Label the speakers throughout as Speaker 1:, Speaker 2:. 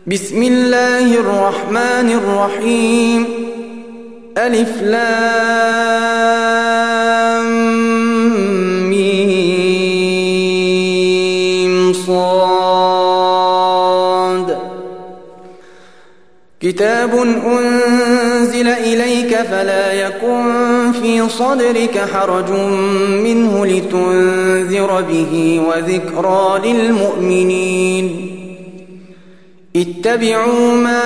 Speaker 1: بسم الله الرحمن الرحيم ألف لام ميم صاد كتاب أنزل إليك فلا يكن في صدرك حرج منه لتنذر به وذكرى للمؤمنين اتبعوا ما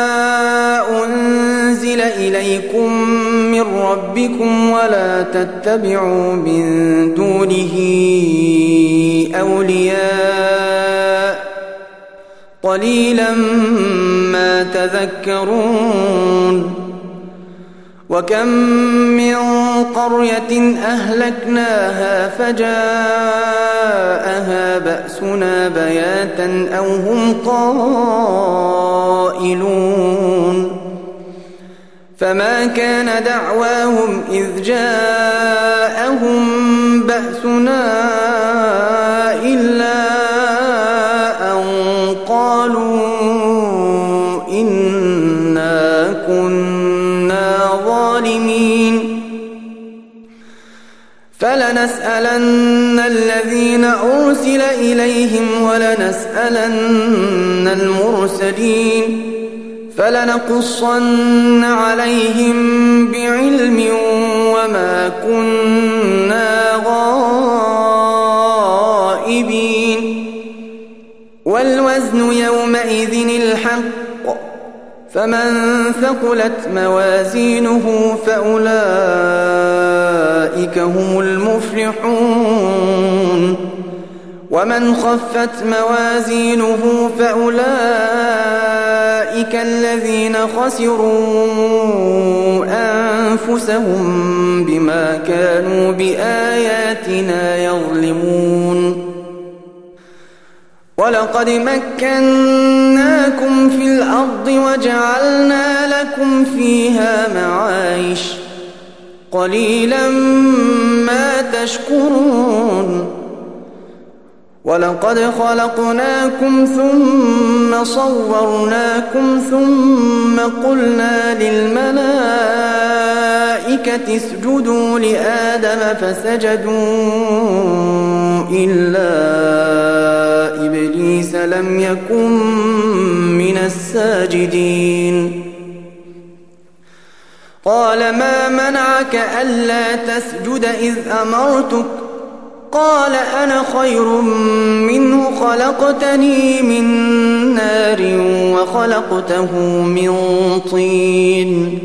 Speaker 1: أنزل إليكم من ربكم ولا تتبعوا من دونه أولياء قليلا ما تذكرون وكم من قرية أهلكناها فجاءها بأسنا بياتا أو هم قائلون فما كان دعواهم إذ جاءهم بأسنا إلا أن قالوا إنا كنا ظالمين فلنسألن الذين أرسل إليهم ولنسألن المرسلين فلنقصن عليهم بعلم وما كنا غائبين والوزن يومئذ الحق فمن ثقلت موازينه فأولئك هم المفلحون ومن خفت موازينه فأولئك الذين خسروا أنفسهم بما كانوا بآياتنا يظلمون ولقد مكناكم في الأرض وجعلنا لكم فيها معايش قليلا ما تشكرون ولقد خلقناكم ثم صورناكم ثم قلنا للملائكة اسجدوا لآدم فسجدوا إلا إبليس لم يكن من الساجدين قال ما منعك ألا تسجد إذ أمرتك قال أنا خير منه خلقتني من نار وخلقته من طين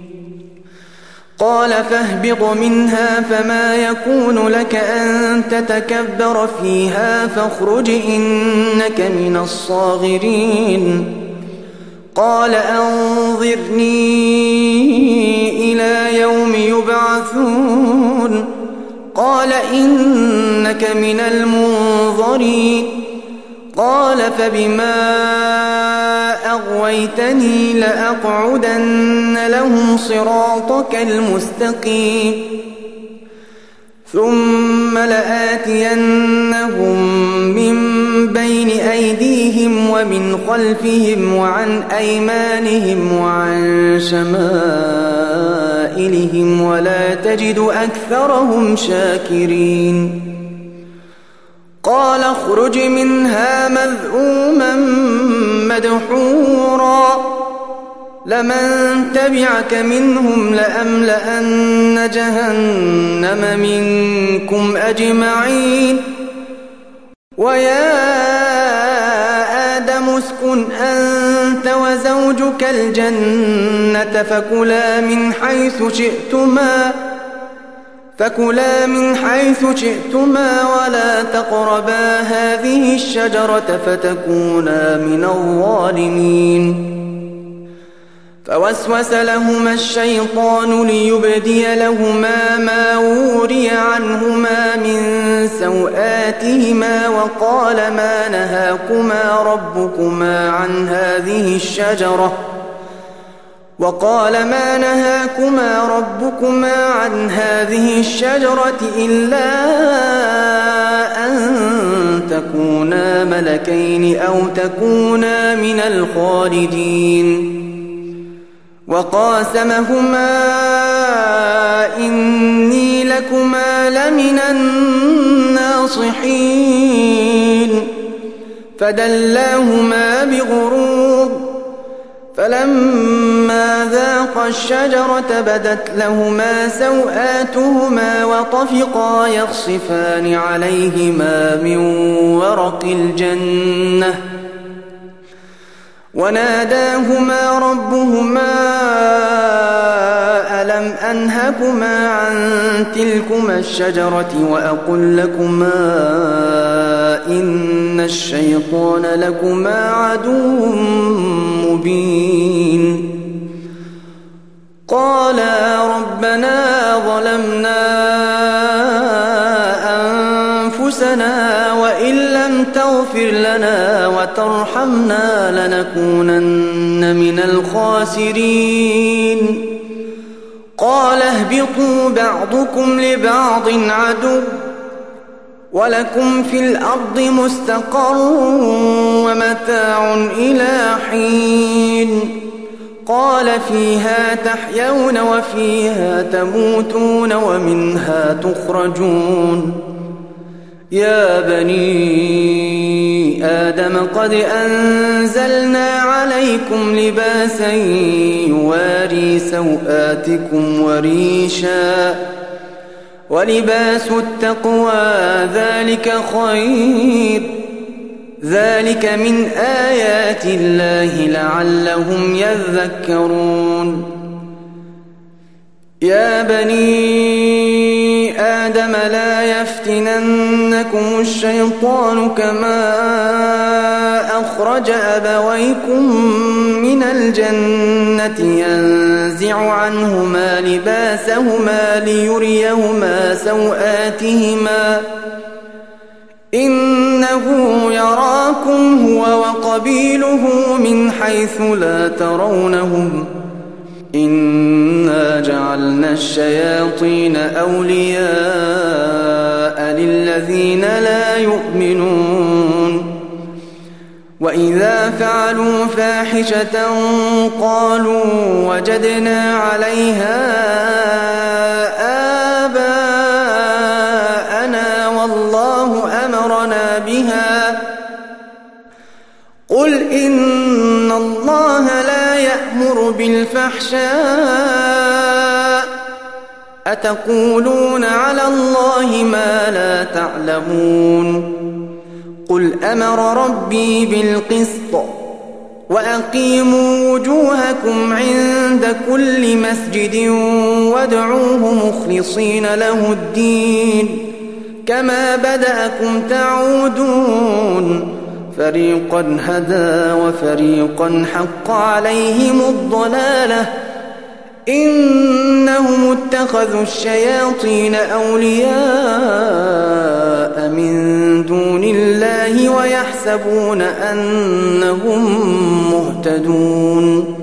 Speaker 1: قال فاهبط منها فما يكون لك أن تتكبر فيها فاخرج إنك من الصاغرين قال أنظرني إلى يوم يبعثون قال إنك من المنظرين قال فبما أغويتني لأقعدن لهم صراطك المستقيم ثم لآتينهم من بين أيديهم ومن خلفهم وعن أيمانهم وعن شمائلهم ولا تجد أكثرهم شاكرين قال اخرج منها مذءوما مدحورا لمن تبعك منهم لأملأن جهنم منكم أجمعين ويا آدم اسكن أنت وزوجك الجنة فكلا من حيث شئتما ولا تقربا هذه الشجرة فتكونا من الظالمين فوسوس لهما الشيطان ليبدي لهما ما وري عنهما من سوآتهما وقال ما نهاكما ربكما عن هذه الشجرة إلا أن تكونا ملكين أو تكونا من الخالدين وقاسمهما إني لكما لمن الناصحين فدلاهما بغرور فلما ذاقا الشجرة بدت لهما سوآتهما وطفقا يخصفان عليهما من ورق الجنة وناداهما ربهما ألم أنهكما عن تلكما الشجرة وأقل لكما إن الشيطان لكما عدو مبين قالا ربنا ظلمنا أنفسنا وإن لم تغفر لنا وترحمنا لنكونن من الخاسرين قال اهبطوا بعضكم لبعض عدو ولكم في الأرض مستقر ومتاع إلى حين قال فيها تحيون وفيها تموتون ومنها تخرجون يا بني آدم قد أنزلنا عليكم لباسا يواري سوآتكم وريشا ولباس التقوى ذلك خير ذلك من آيات الله لعلهم يذكرون يا بني آدم لا يفتننكم الشيطان كما أخرج أبويكم من الجنة ينزع عنهما لباسهما ليريهما سوآتهما إنه يراكم هو وقبيله من حيث لا ترونهم إنا جعلنا الشياطين أولياء للذين لا يؤمنون وإذا فعلوا فاحشة قالوا وجدنا عليها آباءنا والله أمرنا بها قل إن الله لا يأمر بالفحشاء أتقولون على الله ما لا تعلمون قل أمر ربي بالقسط وأقيموا وجوهكم عند كل مسجد وادعوه مخلصين له الدين كما بدأكم تعودون فريقا هدى وفريقا حق عليهم الضلالة إنهم اتخذوا الشياطين أولياء من دون الله ويحسبون أنهم مهتدون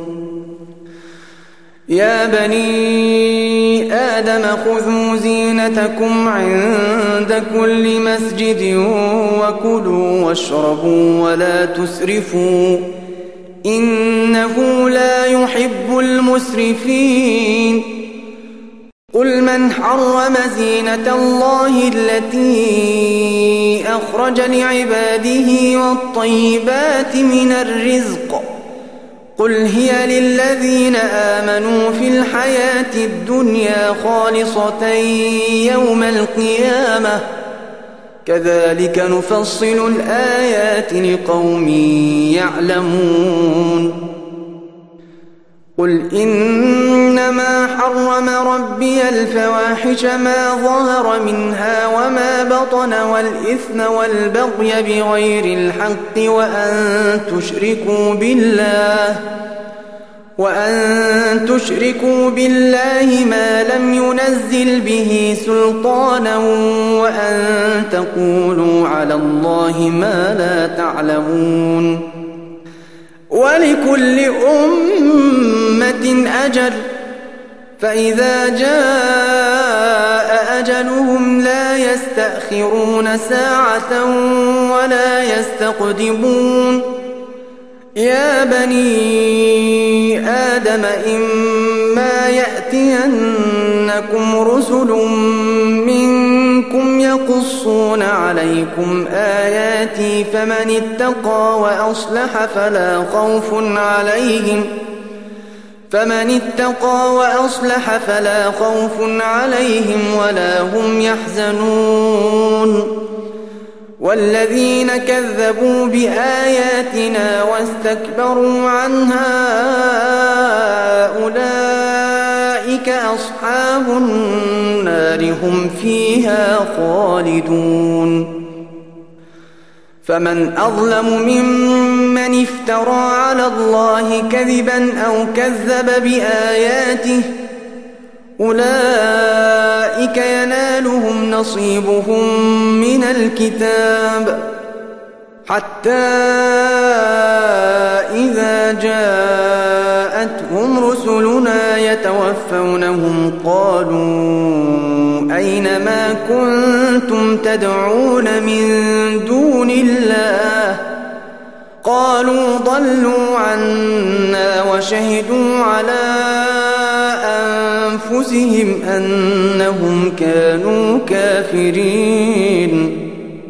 Speaker 1: يا بني آدم خذوا زينتكم عند كل مسجد وكلوا واشربوا ولا تسرفوا إنه لا يحب المسرفين قل من حرم زينة الله التي أخرج لعباده والطيبات من الرزق قل هي للذين آمنوا في الحياة الدنيا خالصة يوم القيامة كذلك نفصل الآيات لقوم يعلمون قل إنما حرم ربي الفواحش ما ظهر منها وما بطن والإثم والبغي بغير الحق وأن تشركوا بالله ما لم ينزل به سلطانا وأن تقولوا على الله ما لا تعلمون ولكل أمة أجل فإذا جاء أجلهم لا يستأخرون ساعة ولا يستقدمون يا بني آدم إما يأتينكم رسل منكم يقصون عليكم آياتي فمن اتقى وأصلح فلا خوف عليهم ولا هم يحزنون والذين كذبوا بآياتنا واستكبروا عنها أولئك أصحاب النار هم فيها خالدون فمن أظلم ممن افترى على الله كذبا أو كذب بآياته أولئك ينالهم نصيبهم من الكتاب حتى إذا جاءتهم رسلنا يتوفونهم قالوا أين ما كنتم تدعون من دون الله قالوا ضلوا عنا وشهدوا على أنفسهم أنهم كانوا كافرين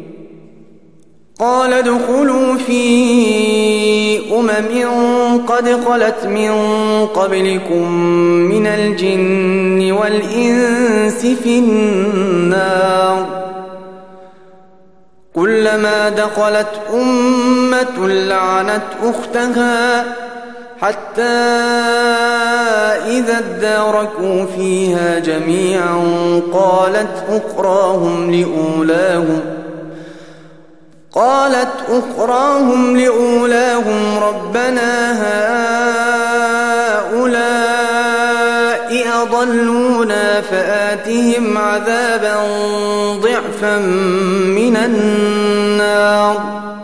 Speaker 1: قال ادخلوا في قد خلت من قبلكم من الجن والإنس في النار كلما دخلت أمة لعنت أختها حتى إذا اداركوا فيها جميعا قالت أخراهم لأولاهم ربنا هؤلاء أضلونا فآتهم عذابا ضعفا من النار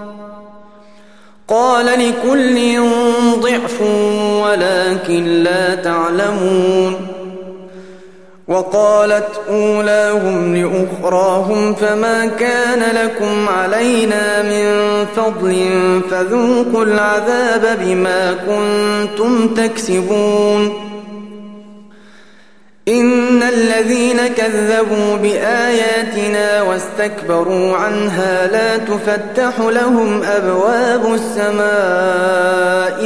Speaker 1: قال لكل ضعف ولكن لا تعلمون وقالت أولاهم لأخراهم فما كان لكم علينا من فضل فذوقوا العذاب بما كنتم تكسبون إن الذين كذبوا بآياتنا واستكبروا عنها لا تفتح لهم أبواب السماء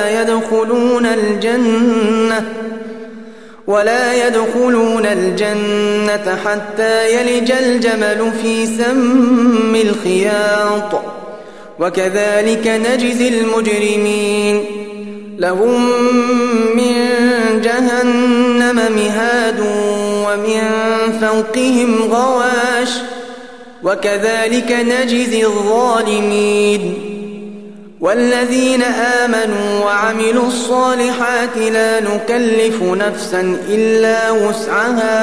Speaker 1: ولا يدخلون الجنة حتى يلج الجمل في سم الخياط وكذلك نجزي المجرمين لهم من جهنم مهاد ومن فوقهم غواش وكذلك نجزي الظالمين والذين آمنوا وعملوا الصالحات لا نكلف نفسا إلا وسعها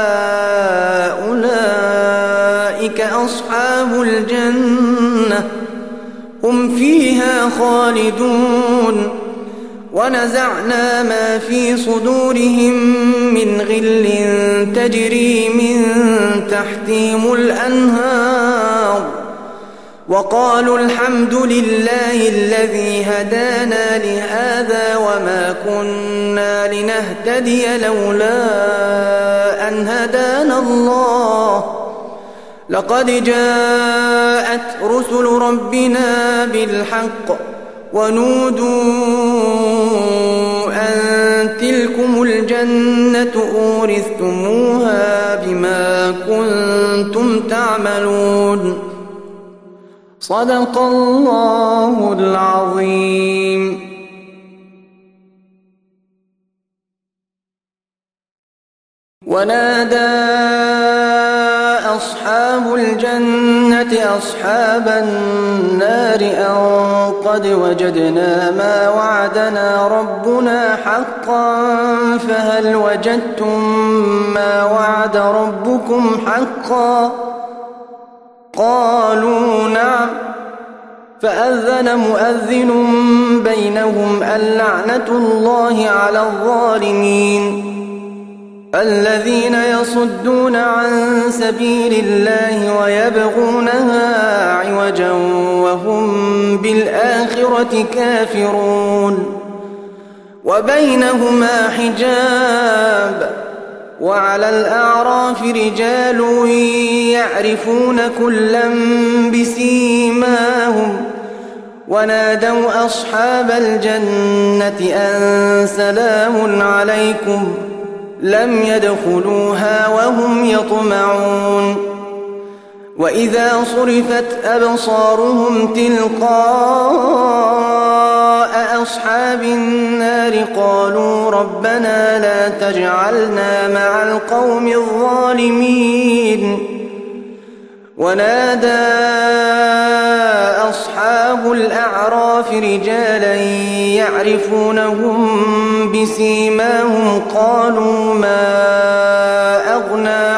Speaker 1: أولئك أصحاب الجنة هم فيها خالدون ونزعنا ما في صدورهم من غل تجري من تحتهم الأنهار وقالوا الحمد لله الذي هدانا لهذا وما كنا لنهتدي لولا أن هدانا الله لقد جاءت رسل ربنا بالحق ونودوا أن تلكم الجنة أورثتموها بما كنتم تعملون صدق الله العظيم. ونادى أصحاب الجنة أصحاب النار أن قد وجدنا ما وعدنا ربنا حقا فهل وجدتم ما وعد ربكم حقا قالوا نعم فأذن مؤذن بينهم اللعنة الله على الظالمين الذين يصدون عن سبيل الله ويبغونها عوجا وهم بالآخرة كافرون وبينهما حجاب وعلى الأعراف رجال يعرفون كلا بسيماهم ونادوا أصحاب الجنة أن سلام عليكم لم يدخلوها وهم يطمعون وإذا صرفت أبصارهم تلقاء أصحاب النار قالوا ربنا لا تجعلنا مع القوم الظالمين ونادى أصحاب الأعراف رجالا يعرفونهم بسيماهم قالوا ما أغنى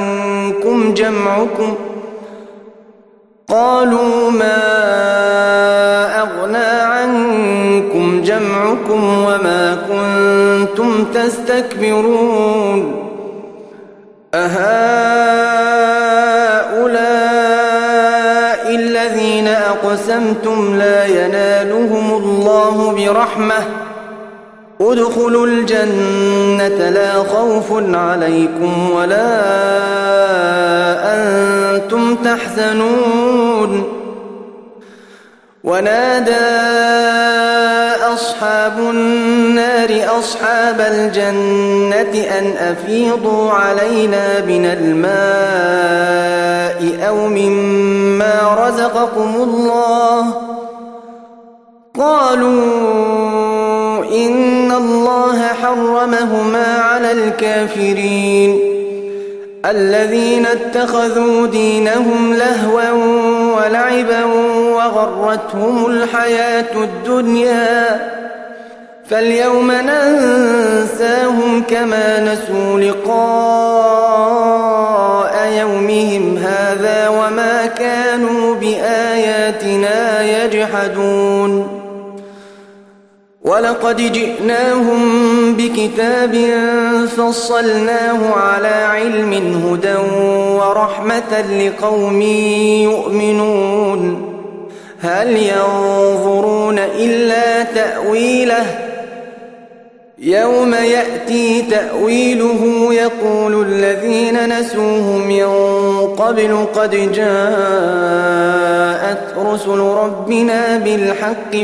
Speaker 1: عنكم جمعكم وما كنتم تستكبرون أهؤلاء الذين أقسمتم لا ينالهم الله برحمة ادخلوا الجنة لا خوف عليكم ولا أنتم تحزنون ونادى أصحاب النار أصحاب الجنة أن أفيضوا علينا من الماء أو مما رزقكم الله قالوا إن الله حرمهما على الكافرين الذين اتخذوا دينهم لهوا ولعبا وغرتهم الحياة الدنيا فاليوم ننساهم كما نسوا لقاء يومهم هذا وما كانوا بآياتنا يجحدون ولقد جئناهم بكتاب فصلناه على علم هدى ورحمة لقوم يؤمنون هل ينظرون إلا تأويله يوم يأتي تأويله يقول الذين نسوه من قبل قد جاءت رسل ربنا بالحق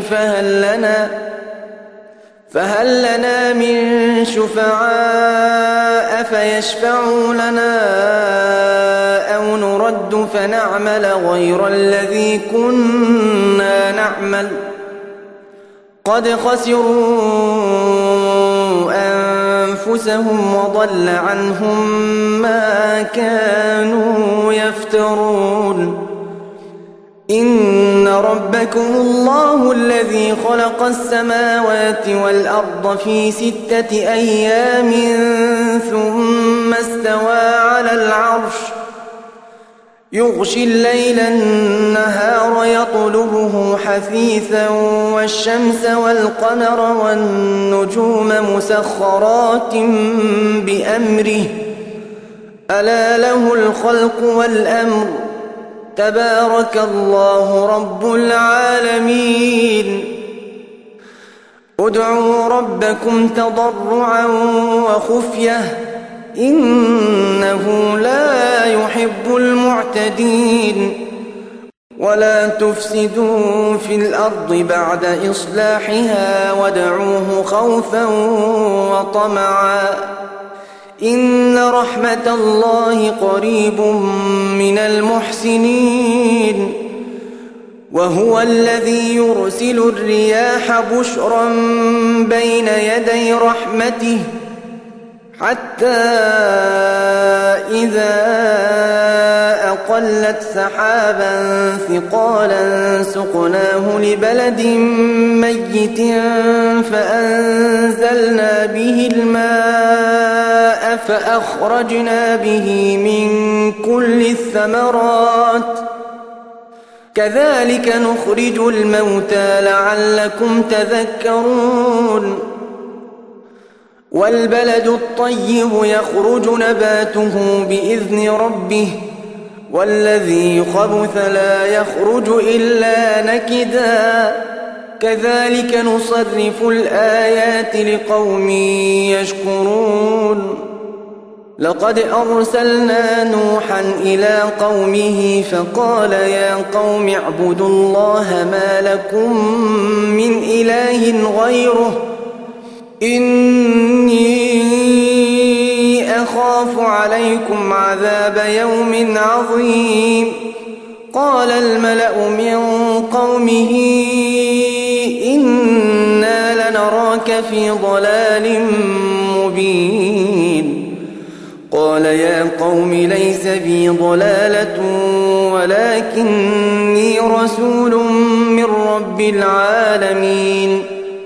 Speaker 1: فهل لنا من شفعاء فيشفعوا لنا أو نرد فنعمل غير الذي كنا نعمل قد خسروا أنفسهم وضل عنهم ما كانوا يفترون إن ربكم الله الذي خلق السماوات والأرض في 6 أيام ثم استوى على العرش يغشي الليل النهار يطلبه حثيثا والشمس والقمر والنجوم مسخرات بأمره ألا له الخلق والأمر تبارك الله رب العالمين ادعوا ربكم تضرعا وخفية إنه لا يحب المعتدين ولا تفسدوا في الأرض بعد إصلاحها وادعوه خوفا وطمعا إن رحمة الله قريب من المحسنين وهو الذي يرسل الرياح بشرا بين يدي رحمته حتى إذا أقلت سحابا ثقالا سقناه لبلد ميت فأنزلنا به الماء فأخرجنا به من كل الثمرات كذلك نخرج الموتى لعلكم تذكرون والبلد الطيب يخرج نباته بإذن ربه والذي خبث لا يخرج إلا نكدا كذلك نصرف الآيات لقوم يشكرون لقد أرسلنا نوحا إلى قومه فقال يا قوم اعبدوا الله ما لكم من إله غيره إني أخاف عليكم عذاب يوم عظيم قال الملأ من قومه إنا لنراك في ضلال مبين قال يا قوم ليس بي ضلالة ولكني رسول من رب العالمين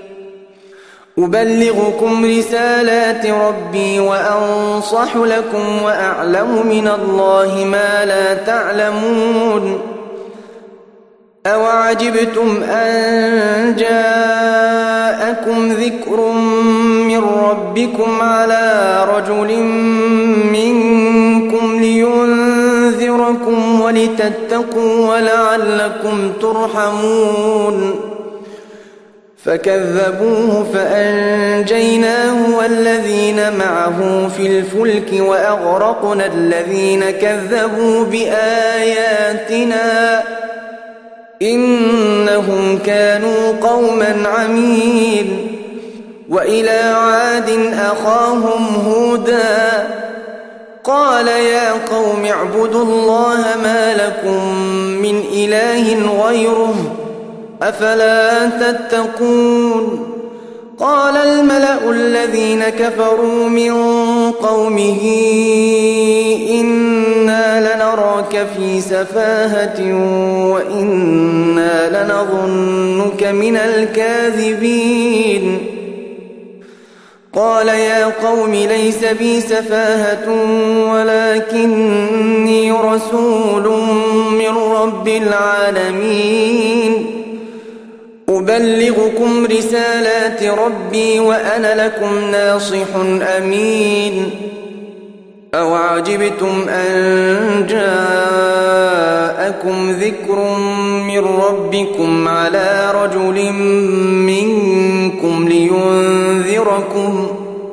Speaker 1: أبلغكم رسالات ربي وأنصح لكم وأعلم من الله ما لا تعلمون أوعجبتم أن جاءكم ذكر من ربكم على رجل منكم لينذركم ولتتقوا ولعلكم ترحمون فكذبوه فأنجيناه والذين معه في الفلك وأغرقنا الذين كذبوا بآياتنا إنهم كانوا قوما عمين وإلى عاد أخاهم هودا قال يا قوم اعبدوا الله ما لكم من إله غيره أفلا تتقون قال الملأ الذين كفروا من قومه إنا لنراك في سفاهة وإنا لنظنك من الكاذبين قال يا قوم ليس بي سفاهة ولكني رسول من رب العالمين أبلغكم رسالات ربي وأنا لكم ناصح أمين أوعجبتم أن جاءكم ذكر من ربكم على رجل منكم لينذركم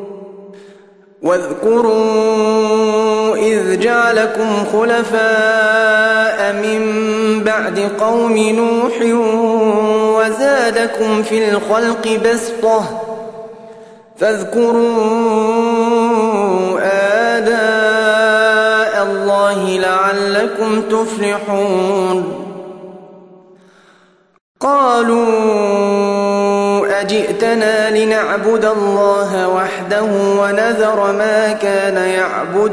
Speaker 1: واذكروا إذ جعلكم خلفاء من بعد قوم نوح وزادكم في الخلق بسطة فاذكروا آلاء الله لعلكم تفلحون قالوا أجئتنا لنعبد الله وحده ونذر ما كان يعبد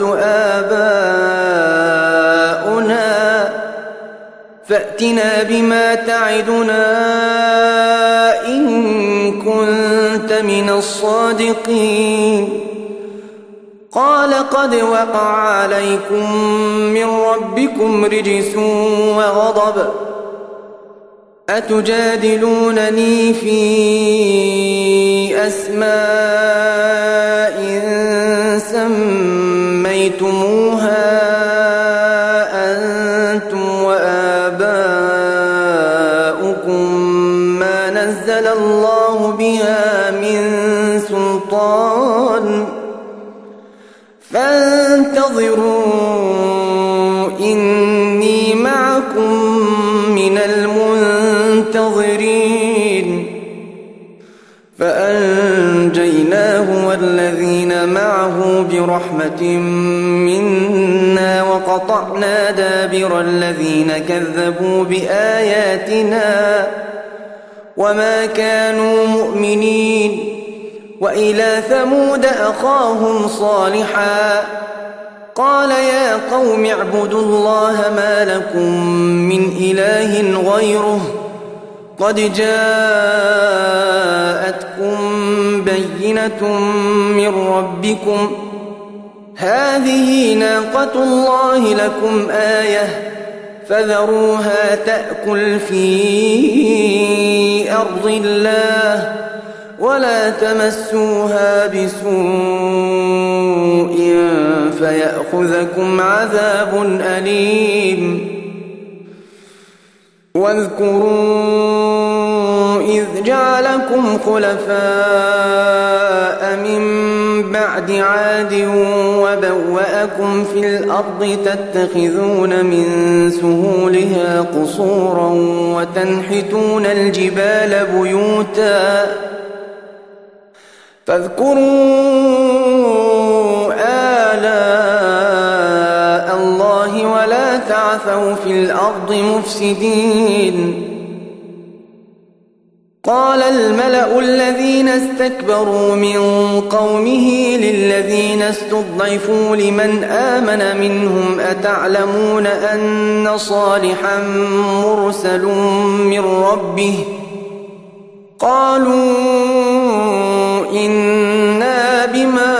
Speaker 1: آباؤنا فأتنا بما تعدنا إن كنت من الصادقين قال قد وقع عليكم من ربكم رجس وغضب أتجادلونني في أسماء سميتموها أنتم وآباؤكم ما نزل الله بها من سلطان فانتظروا إني معكم من المنتظرين فأنجيناه والذين معه برحمة منا وقطعنا دابر الذين كذبوا بآياتنا وما كانوا مؤمنين وإلى ثمود أخاهم صالحا قال يا قوم اعبدوا الله ما لكم من إله غيره قد جاءتكم بينة من ربكم هذه ناقة الله لكم آية فذروها تأكل في أرض الله ولا تمسوها بسوء فيأخذكم عذاب أليم واذكروا إذ جعلكم خلفاء من بعد عاد وبوأكم في الأرض تتخذون من سهولها قصورا وتنحتون الجبال بيوتا فاذكروا آلاء الله ولا تعثوا في الأرض مفسدين قال الملأ الذين استكبروا من قومه للذين استضعفوا لمن آمن منهم أتعلمون أن صالحا مرسل من ربه قالوا إنا بما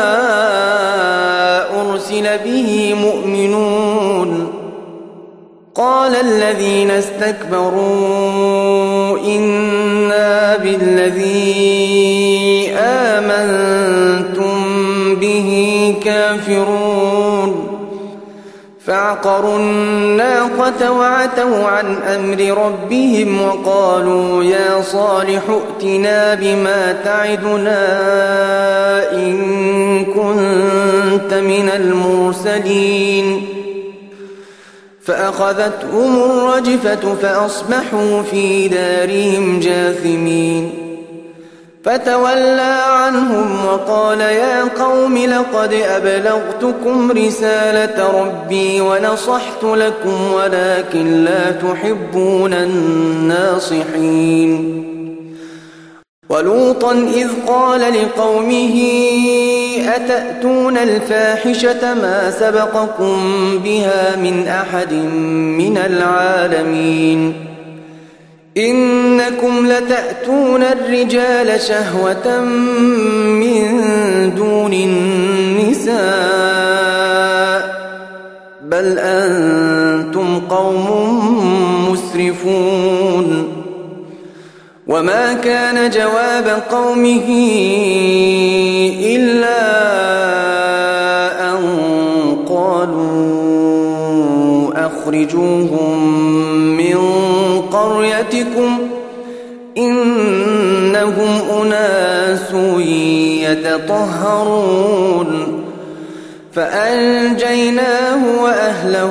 Speaker 1: أرسل به مؤمنون قال الذين استكبروا إنا بالذي آمنتم به كافرون فعقروا الناقة وعتوا عن أمر ربهم وقالوا يا صالح ائتنا بما تعدنا إن كنت من المرسلين فأخذتهم الرجفة فأصبحوا في دارهم جاثمين فتولى عنهم وقال يا قوم لقد أبلغتكم رسالة ربي ونصحت لكم ولكن لا تحبون الناصحين ولوطا إذ قال لقومه أتأتون الفاحشة ما سبقكم بها من أحد من العالمين إنكم لتأتون الرجال شهوة من دون النساء بل أنتم قوم مسرفون وما كان جواب قومه إلا أن قالوا أخرجوهم من قريتكم إنهم أناس يتطهرون فأنجيناه وأهله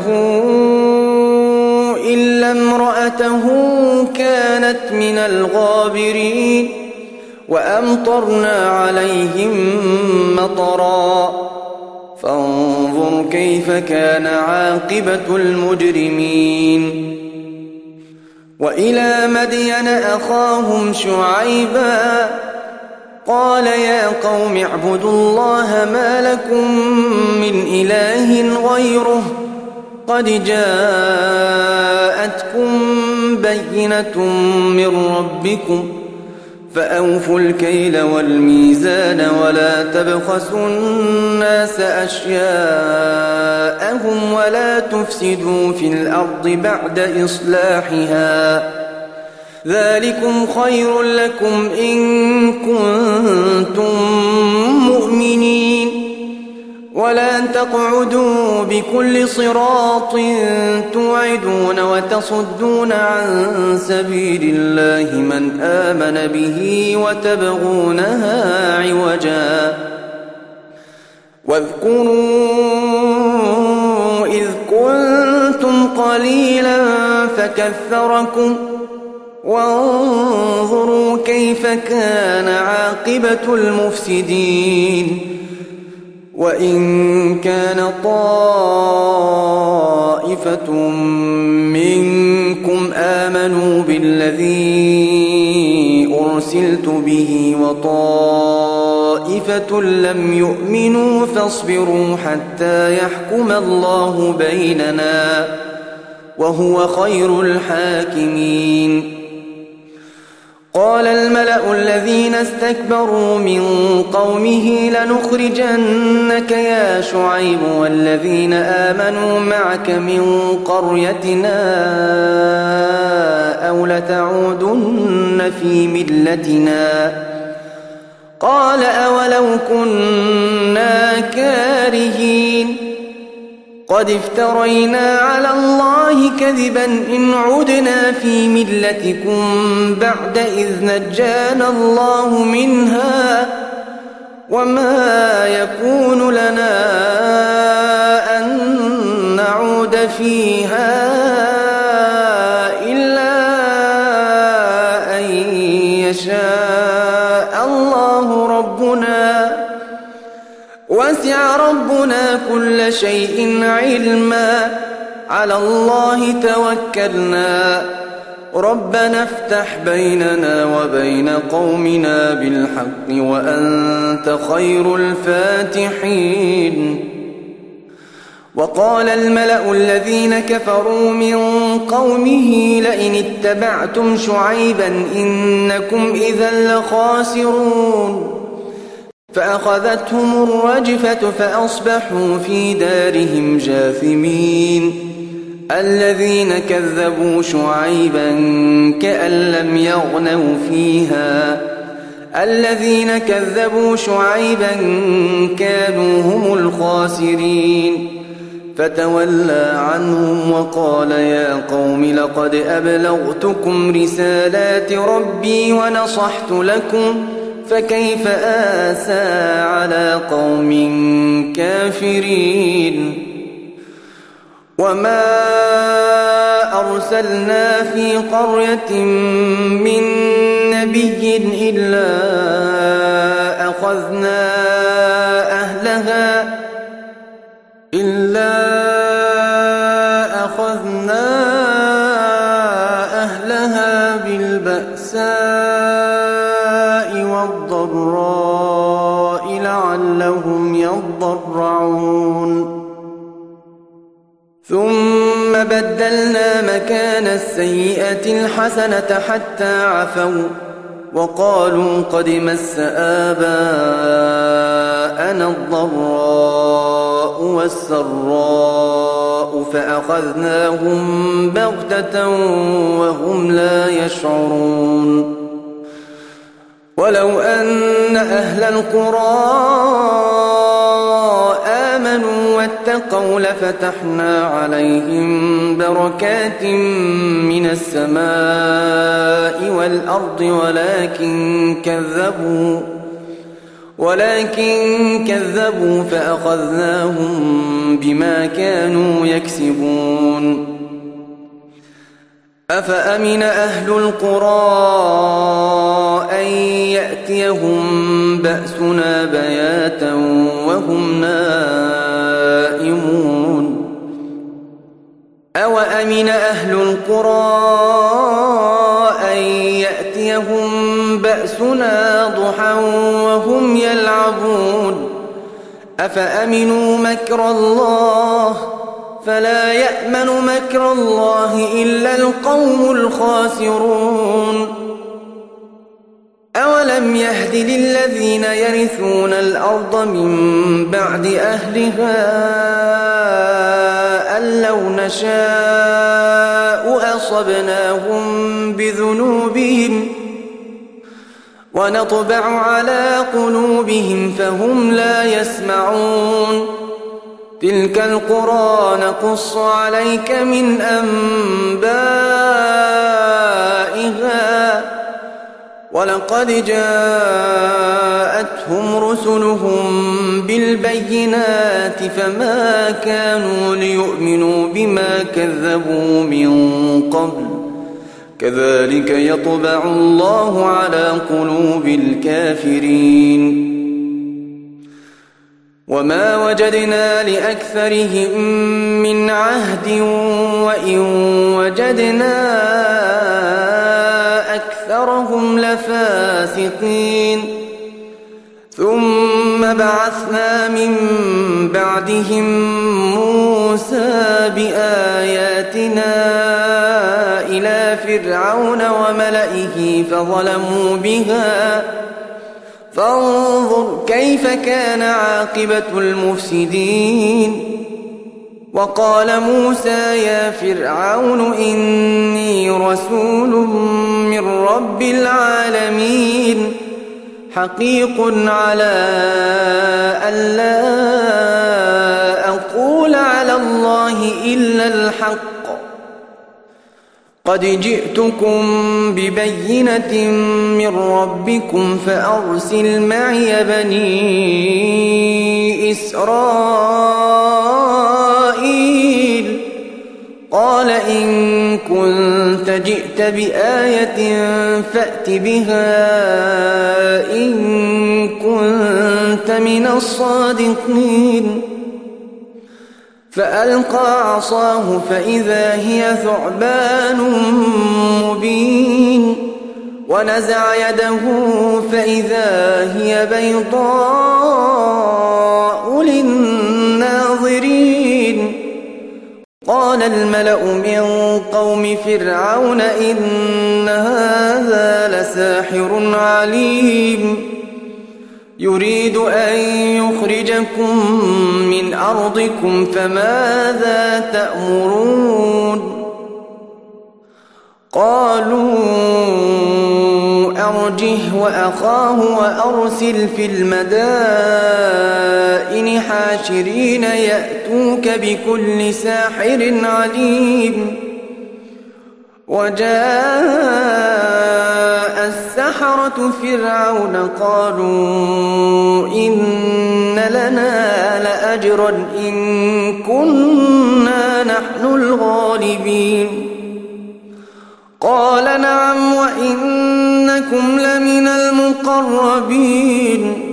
Speaker 1: إلا امرأته كانت من الغابرين وأمطرنا عليهم مطرا فانظر كيف كان عاقبة المجرمين وإلى مدين أخاهم شعيبا قال يا قوم اعبدوا الله ما لكم من إله غيره قد جاءتكم بينة من ربكم فأوفوا الكيل والميزان ولا تبخسوا الناس أشياءهم ولا تفسدوا في الأرض بعد إصلاحها ذلكم خير لكم إن كنتم مؤمنين ولا تقعدوا بكل صراط توعدون وتصدون عن سبيل الله من آمن به وتبغونها عوجا واذكروا إذ كنتم قليلا فكثركم وانظروا كيف كان عاقبة المفسدين وإن كان طائفة منكم آمنوا بالذي أرسلت به وطائفة لم يؤمنوا فاصبروا حتى يحكم الله بيننا وهو خير الحاكمين قال الملأ الذين استكبروا من قومه لنخرجنك يا شعيب والذين آمنوا معك من قريتنا أو لتعودن في ملتنا قال أولو كنا كارهين قد افترينا على الله كذبا إن عدنا في ملتكم بعد إذ نجانا الله منها وما يكون لنا أن نعود فيها إلا أن يشاء الله ربنا وسع ربنا كل شيء علما على الله توكلنا ربنا افتح بيننا وبين قومنا بالحق وأنت خير الفاتحين وقال الملأ الذين كفروا من قومه لئن اتبعتم شعيبا إنكم إذا لخاسرون فأخذتهم الرجفة فأصبحوا في دارهم جاثمين الذين كذبوا شعيبا كأن لم يغنوا فيها الذين كذبوا شعيبا كانوا هم الخاسرين فتولى عنهم وقال يا قوم لقد أبلغتكم رسالات ربي ونصحت لكم فكيف آسى على قوم كافرين وما أرسلنا في قرية من نبي إلا أخذنا أهلها بالبأساء والضراء لعلهم يضرعون ثم بدلنا مكان السيئة الحسنة حتى عفوا وقالوا قد مس آباءنا الضراء والسراء فأخذناهم بغتة وهم لا يشعرون ولو أن أهل القرى آمنوا واتقوا لفتحنا عليهم بركات من السماء والأرض ولكن كذبوا فأخذناهم بما كانوا يكسبون أفأمن أهل القرى أن يأتيهم بأسنا بياتا وهم نائمون أوأمن أهل القرى أن يأتيهم بأسنا ضحى وهم يلعبون أفأمنوا مكر الله فلا يأمن مكر الله إلا القوم الخاسرون أولم يهد للذين يرثون الأرض من بعد أهلها أن لو نشاء أصبناهم بذنوبهم ونطبع على قلوبهم فهم لا يسمعون تلك القرى نقص عليك من أنبائها ولقد جاءتهم رسلهم بالبينات فما كانوا ليؤمنوا بما كذبوا من قبل كذلك يطبع الله على قلوب الكافرين وما وجدنا لأكثرهم من عهد وإن وجدنا أكثرهم لفاسقين ثم بعثنا من بعدهم موسى بآياتنا إلى فرعون وملئه فظلموا بها فانظر كيف كان عاقبة المفسدين وقال موسى يا فرعون إني رسول من رب العالمين حقيق على ألا أقول على الله إلا الحق قد جئتكم ببينة من ربكم فأرسل معي بني إسرائيل قال إن كنت جئت بآية فأت بها إن كنت من الصادقين فألقى عصاه فإذا هي ثعبان مبين ونزع يده فإذا هي بيضاء للناظرين قال الملأ من قوم فرعون إن هذا لساحر عليم يريد أن يخرجكم من أرضكم فماذا تأمرون قالوا أرجه وأخاه وأرسل في المدائن حاشرين يأتوك بكل ساحر عليم وجاء السحرة فرعون قالوا إن لنا لأجرا إن كنا نحن الغالبين قال نعم وإنكم لمن المقربين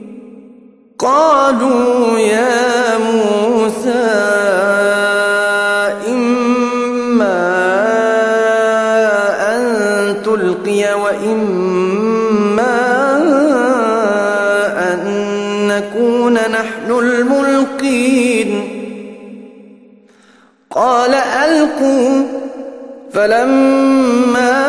Speaker 1: قالوا يا موسى وإما أن نكون نحن الملقين قال ألقوا فلما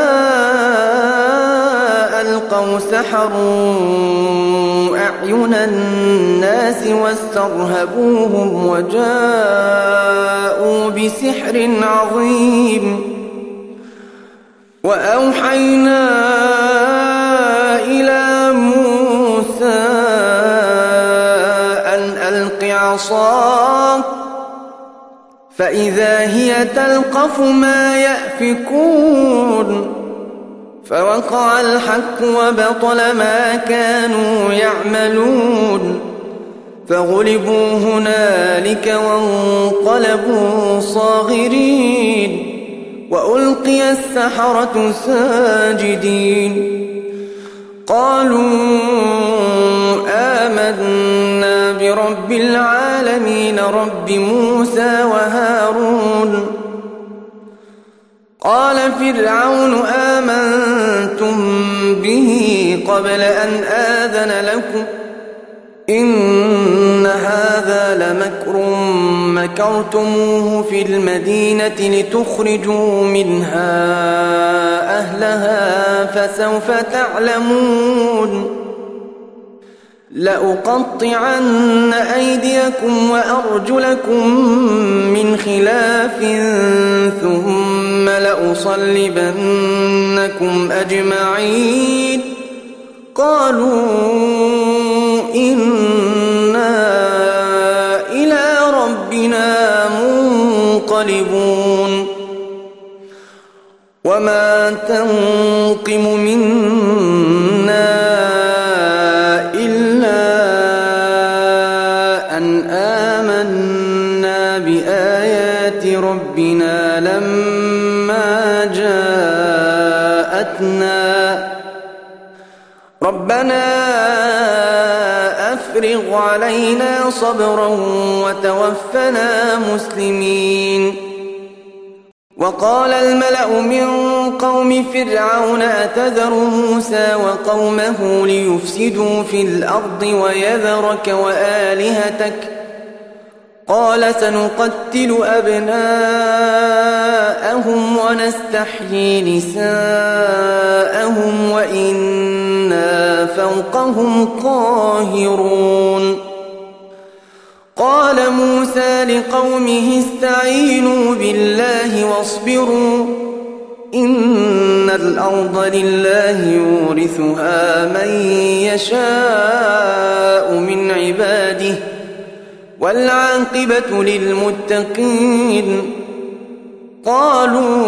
Speaker 1: ألقوا سحروا أعين الناس واسترهبوهم وجاءوا بسحر عظيم وأوحينا إلى موسى أن ألق عصاك فإذا هي تلقف ما يأفكون فوقع الحق وبطل ما كانوا يعملون فغلبوا هنالك وانقلبوا صاغرين وألقي السحرة ساجدين قالوا آمنا برب العالمين رب موسى وهارون قال فرعون آمنتم به قبل أن آذن لكم إن هذا لمكر مكرتموه في المدينة لتخرجوا منها أهلها فسوف تعلمون لأقطعن أيديكم وأرجلكم من خلاف ثم لأصلبنكم أجمعين قالوا إنا إلى ربنا منقلبون وما تنقم منا إلا أن آمنا بآيات ربنا لما جاءتنا ربنا أفرغ علينا صبرا وتوفنا مسلمين وقال الملأ من قوم فرعون أتذر موسى وقومه ليفسدوا في الأرض ويذرك وآلهتك قال سنقتل أبناءهم ونستحيي نساءهم وإنا فوقهم قاهرون قال موسى لقومه استعينوا بالله واصبروا إن الأرض لله يورثها من يشاء من عباده والعاقبة للمتقين. قالوا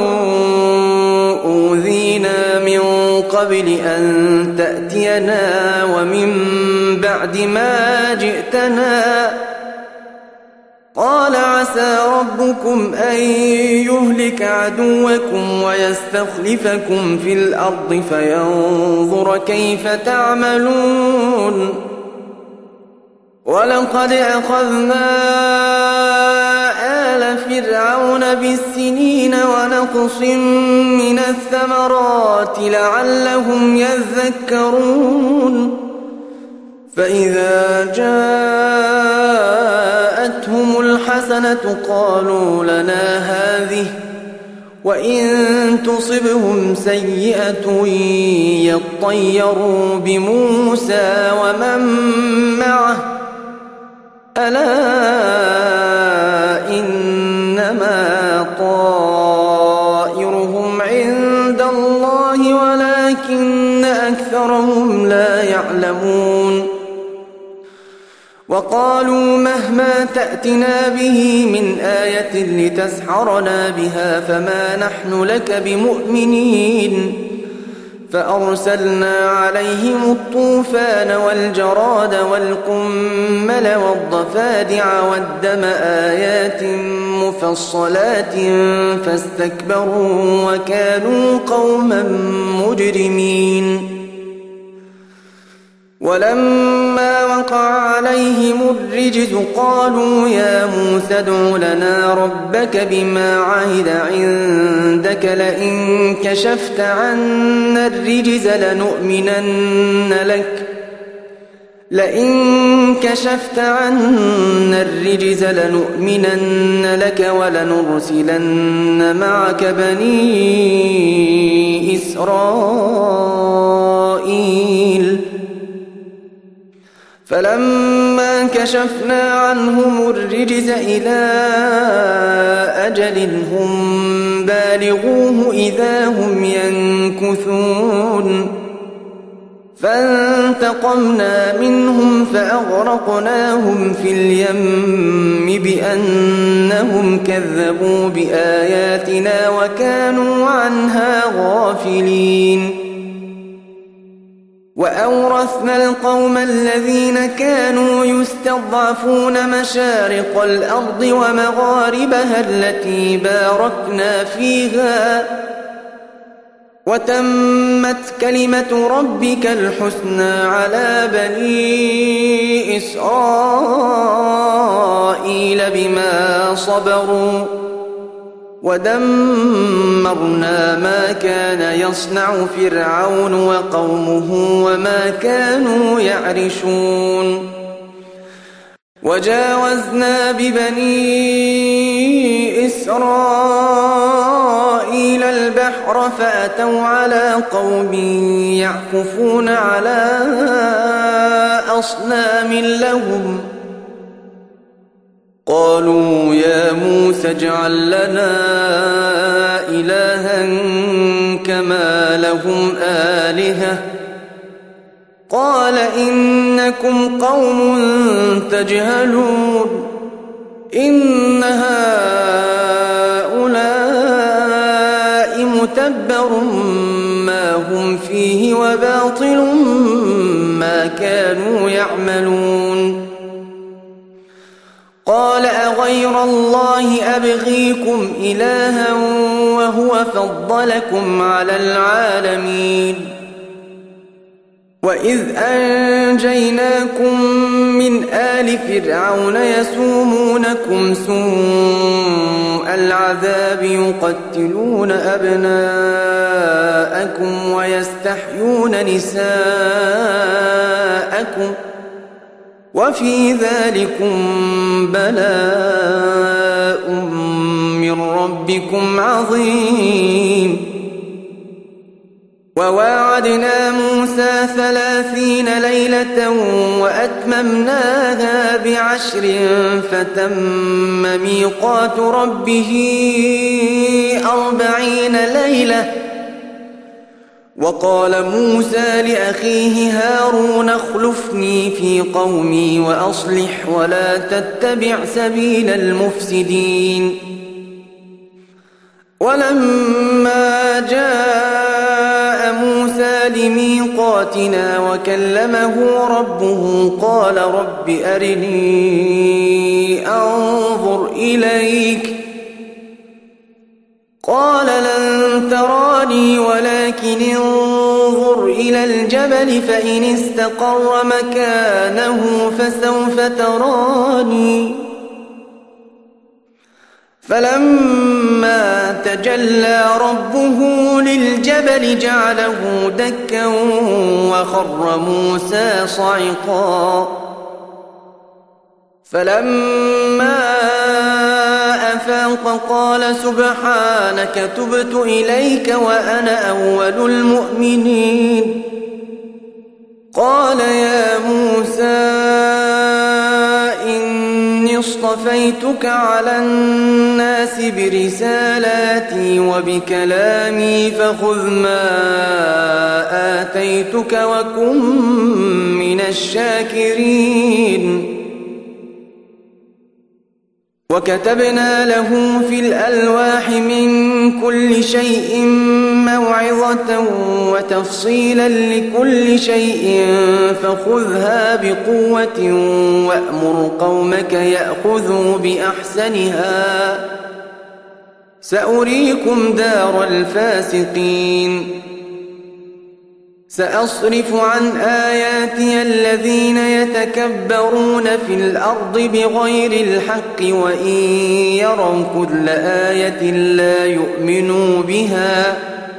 Speaker 1: أوذينا من قبل أن تأتينا ومن بعد ما جئتنا. قال عسى ربكم أن يهلك عدوكم ويستخلفكم في الأرض فينظر كيف تعملون. ولقد أخذنا آل فرعون بالسنين ونقص من الثمرات لعلهم يذكرون. فإذا جاءتهم الحسنة قالوا لنا هذه وإن تصبهم سيئة يطيروا بموسى ومن معه ألا إنما طائرهم عند الله ولكن أكثرهم لا يعلمون. وقالوا مهما تأتنا به من آية لتسحرنا بها فما نحن لك بمؤمنين. فأرسلنا عليهم الطوفان والجراد والقمل والضفادع والدم آيات مفصلات فاستكبروا وكانوا قوما مجرمين. ولما وقع عليهم الرجز قالوا يا موسى ادع لنا ربك بما عهد عندك لئن كشفت عنا الرجز لنؤمنن لك ولنرسلن معك بني إسرائيل. فلما كشفنا عنهم الرجز إلى أجل هم بالغوه إذا هم ينكثون. فانتقمنا منهم فأغرقناهم في اليم بأنهم كذبوا بآياتنا وكانوا عنها غافلين. وأورثنا القوم الذين كانوا يستضعفون مشارق الأرض ومغاربها التي باركنا فيها وتمت كلمة ربك الحسنى على بني إسرائيل بما صبروا ودمرنا ما كان يصنع فرعون وقومه وما كانوا يعرشون. وجاوزنا ببني إسرائيل البحر فأتوا على قوم يعكفون على أصنام لهم قالوا يا موسى اجعل لنا إلها كما لهم آلهة قال إنكم قوم تجهلون. إن هؤلاء متبر ما هم فيه وباطل ما كانوا يعملون. قال أغير الله أبغيكم إلها وهو فضلكم على العالمين. وإذ أنجيناكم من آل فرعون يسومونكم سوء العذاب يقتلون أبناءكم ويستحيون نساءكم وفي ذلكم بلاء من ربكم عظيم. وواعدنا موسى 30 ليلة وأتممناها ب10 فتم ميقات ربه 40 ليلة. وقال موسى لأخيه هارون اخلفني في قومي وأصلح ولا تتبع سبيل المفسدين. ولما جاء موسى لميقاتنا وكلمه ربه قال رب أرني أنظر إليك قال لن تراني ولكن انظر إلى الجبل فإن استقر مكانه فسوف تراني. فلما تجلى ربه للجبل جعله دكا وخر موسى صعقا. فلما أفاق قال سبحانك تبت إليك وأنا أول المؤمنين. قال يا موسى إني اصطفيتك على الناس برسالاتي وبكلامي فخذ ما آتيتك وكن من الشاكرين. وكتبنا له في الألواح من كل شيء موعظة وتفصيلا لكل شيء فخذها بقوة وأمر قومك يأخذوا بأحسنها سأريكم دار الفاسقين. سأصرف عن آياتي الذين يتكبرون في الأرض بغير الحق وإن يروا كل آية لا يؤمنوا بها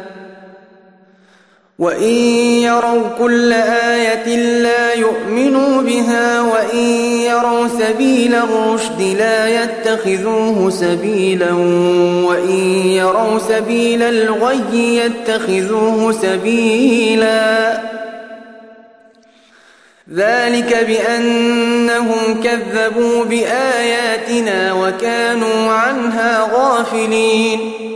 Speaker 1: وإن يروا سبيل الرشد لا يتخذوه سبيلا وإن يروا سبيل الغي يتخذوه سبيلا. ذلك بأنهم كذبوا بآياتنا وكانوا عنها غافلين.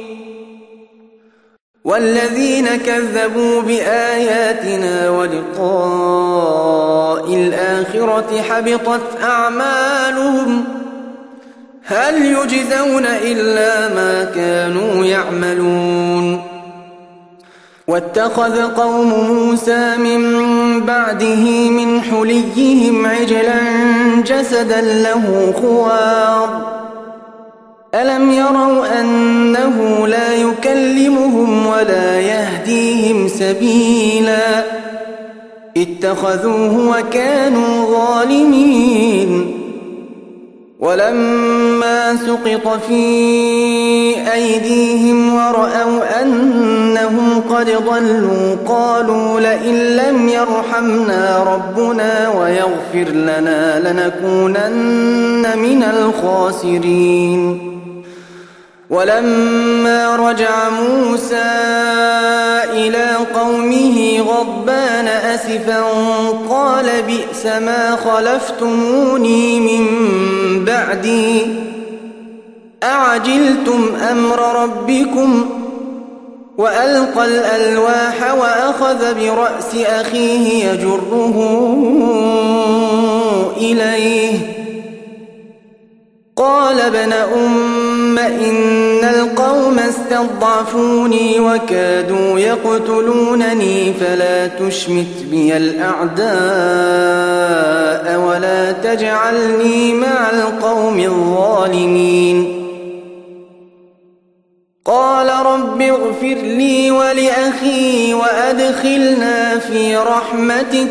Speaker 1: والذين كذبوا بآياتنا ولقاء الآخرة حبطت أعمالهم هل يجزون إلا ما كانوا يعملون. واتخذ قوم موسى من بعده من حليهم عجلا جسدا له خوار ألم يروا أنه لا يكلمهم ولا يهديهم سبيلا اتخذوه وكانوا ظالمين. ولما سقط في أيديهم ورأوا أنهم قد ضلوا قالوا لئن لم يرحمنا ربنا ويغفر لنا لنكونن من الخاسرين. ولما رجع موسى إلى قومه غضبان أسفا قال بئس ما خلفتموني من بعدي أعجلتم أمر ربكم. وألقى الألواح وأخذ برأس أخيه يجره إليه قال ابن أم إن القوم استضعفوني وكادوا يقتلونني فلا تشمت بي الأعداء ولا تجعلني مع القوم الظالمين. قال رب اغفر لي ولأخي وأدخلنا في رحمتك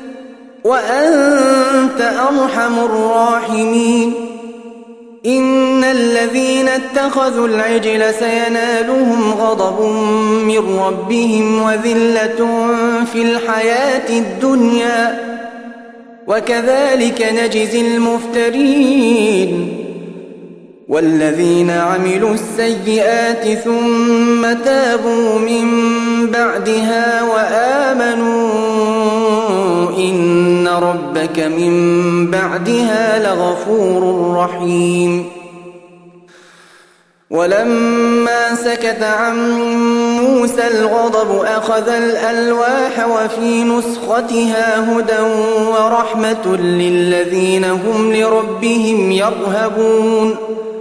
Speaker 1: وأنت أرحم الراحمين. إن الذين اتخذوا العجل سينالهم غضب من ربهم وذلة في الحياة الدنيا وكذلك نجزي المفترين. والذين عملوا السيئات ثم تابوا من بعدها وآمنوا إن ربك من بعدها لغفور رحيم ولما سكت عن موسى الغضب أخذ الألواح وفي نسختها هدى ورحمة للذين هم لربهم يرهبون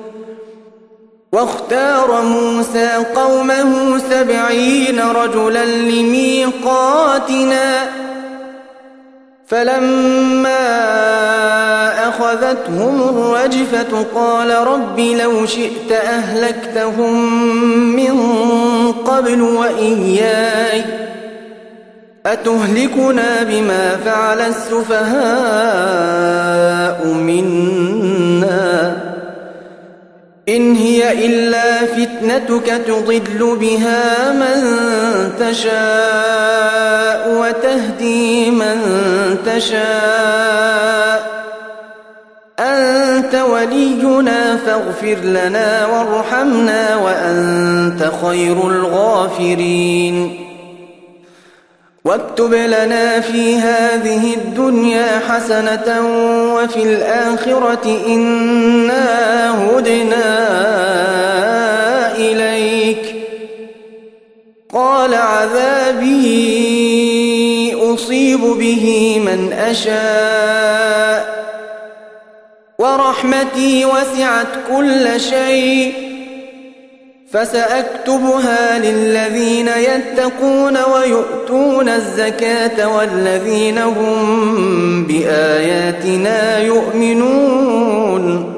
Speaker 1: واختار موسى قومه 70 رجلا لميقاتنا فلما أخذتهم الرجفة قال رب لو شئت أهلكتهم من قبل وإياي أتهلكنا بما فعل السفهاء منا إن هي إلا فتنتك تضل بها من تشاء وتهدي من تشاء أنت ولينا فاغفر لنا وارحمنا وأنت خير الغافرين واكتب لنا في هذه الدنيا حسنة وفي الآخرة إنا هدنا إليك قال عذابي أصيب به من أشاء ورحمتي وسعت كل شيء فسأكتبها للذين يتقون ويؤتون الزكاة والذين هم بآياتنا يؤمنون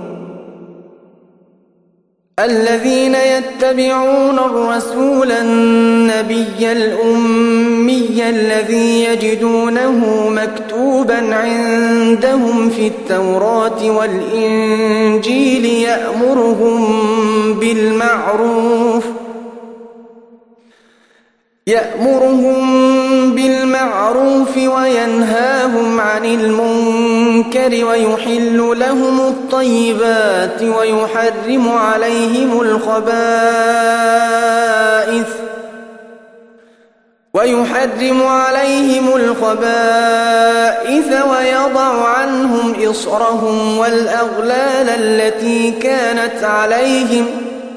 Speaker 1: الذين يتبعون الرسول النبي الأمي الذي يجدونه مكتوبا عندهم في التوراة والإنجيل يأمرهم بالمعروف وينهاهم عن المنكر ويحل لهم الطيبات ويحرم عليهم الخبائث ويضع عنهم إصرهم والأغلال التي كانت عليهم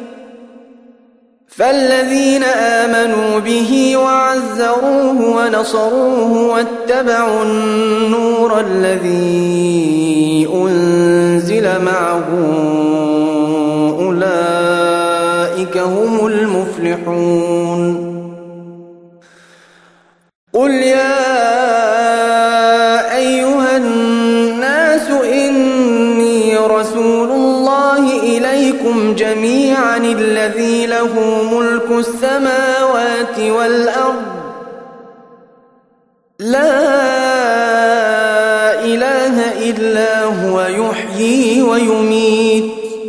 Speaker 1: فالذين آمنوا به وعزروه ونصروه واتبعوا النور الذي أنزل معه أولئك هم المفلحون قل يا أيها الناس إني رسول الله إليكم جميعا الذي له ملك السماوات والأرض لا إله إلا هو يحيي ويميت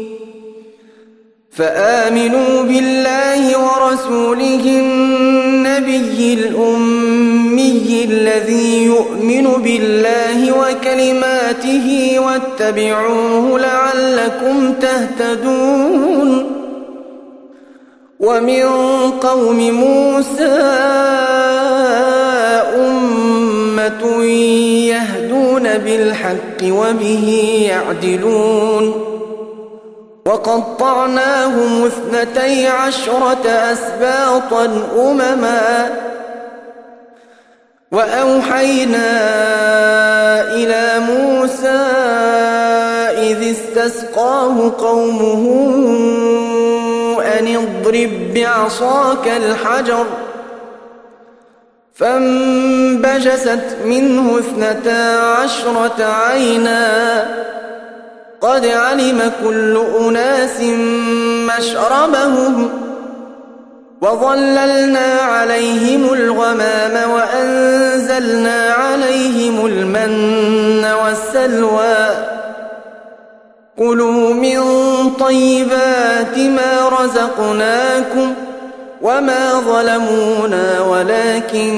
Speaker 1: فآمنوا بالله ورسوله النبي الأمي الذي يؤمن بالله وكلماته واتبعوه لعلكم تهتدون ومن قوم موسى أمة يهدون بالحق وبه يعدلون وقطعناهم 12 أسباطا أمما وأوحينا إلى موسى إذ استسقاه قومه أن اضرب بعصاك الحجر فانبجست منه 12 عينا قد علم كل أناس مشربهم وظللنا عليهم الغمام وأنزلنا عليهم المن والسلوى كلوا من طيبات ما رزقناكم وما ظلمونا ولكن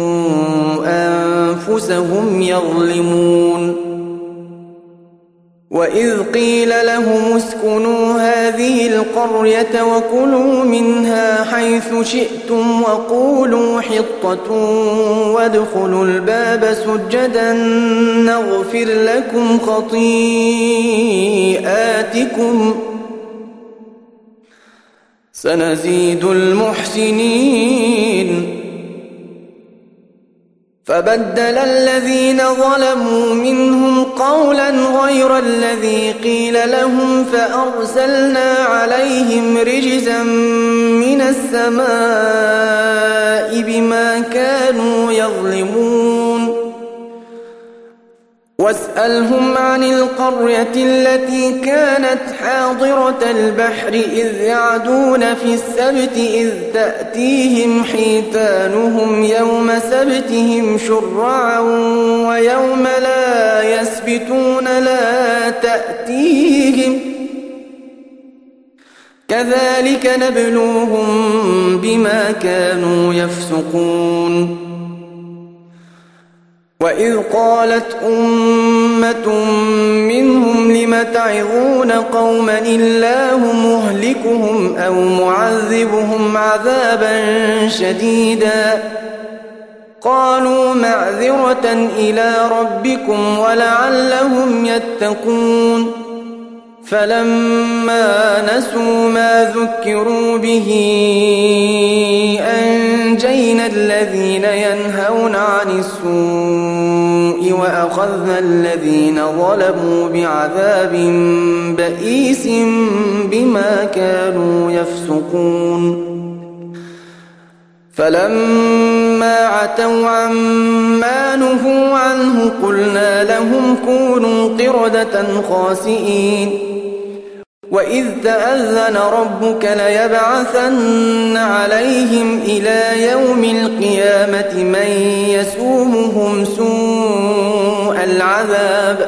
Speaker 1: كانوا أنفسهم يظلمون وإذ قيل لهم اسكنوا هذه القرية وكلوا منها حيث شئتم وقولوا حطة وادخلوا الباب سجدا نغفر لكم خطيئاتكم سنزيد المحسنين فبدل الذين ظلموا منهم قولا غير الذي قيل لهم فأرسلنا عليهم رجزا من السماء بما كانوا يظلمون واسألهم عن القرية التي كانت حاضرة البحر إذ يعدون في السبت إذ تأتيهم حيتانهم يوم سبتهم شرعا ويوم لا يسبتون لا تأتيهم كذلك نبلوهم بما كانوا يفسقون وإذ قالت أمة منهم لم تعظون قوما الله مهلكهم أو معذبهم عذابا شديدا قالوا معذرة إلى ربكم ولعلهم يتقون فلما نسوا ما ذكروا به أنجينا الذين ينهون عن السوء وأخذنا الذين ظلموا بعذاب بئيس بما كانوا يفسقون فلما عتوا عما نهوا عنه قلنا لهم كونوا قردة خاسئين وإذ تأذن ربك ليبعثن عليهم إلى يوم القيامة من يسومهم سوء العذاب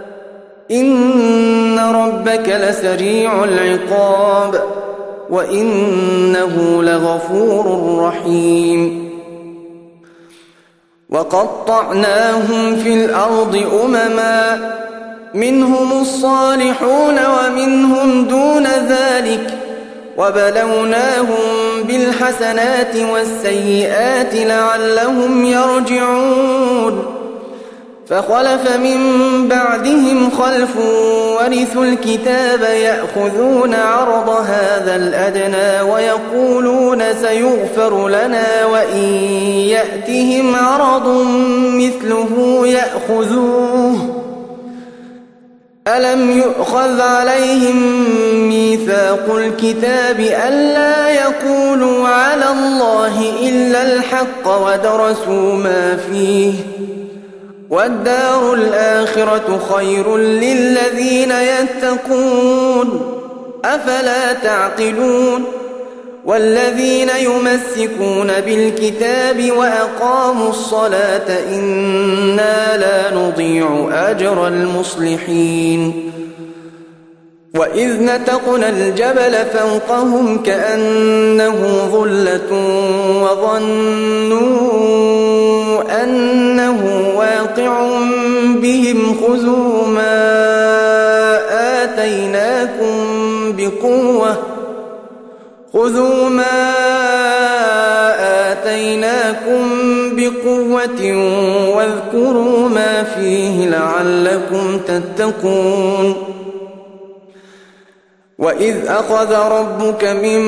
Speaker 1: إن ربك لسريع العقاب وإنه لغفور رحيم وقطعناهم في الأرض أمما منهم الصالحون ومنهم دون ذلك وبلوناهم بالحسنات والسيئات لعلهم يرجعون فخلف من بعدهم خلف ورثوا الكتاب يأخذون عرض هذا الأدنى ويقولون سيغفر لنا وإن يأتهم عرض مثله يأخذوه ألم يؤخذ عليهم ميثاق الكتاب ألا يقولوا على الله إلا الحق ودرسوا ما فيه والدار الآخرة خير للذين يتقون أفلا تعقلون والذين يمسكون بالكتاب وأقاموا الصلاة إنا لا نضيع أجر المصلحين وإذ نتقنا الجبل فوقهم كأنه ظلة وظنوا أنه واقع بهم خذوا ما آتيناكم بقوة واذكروا ما فيه لعلكم تتقون وإذ أخذ ربك من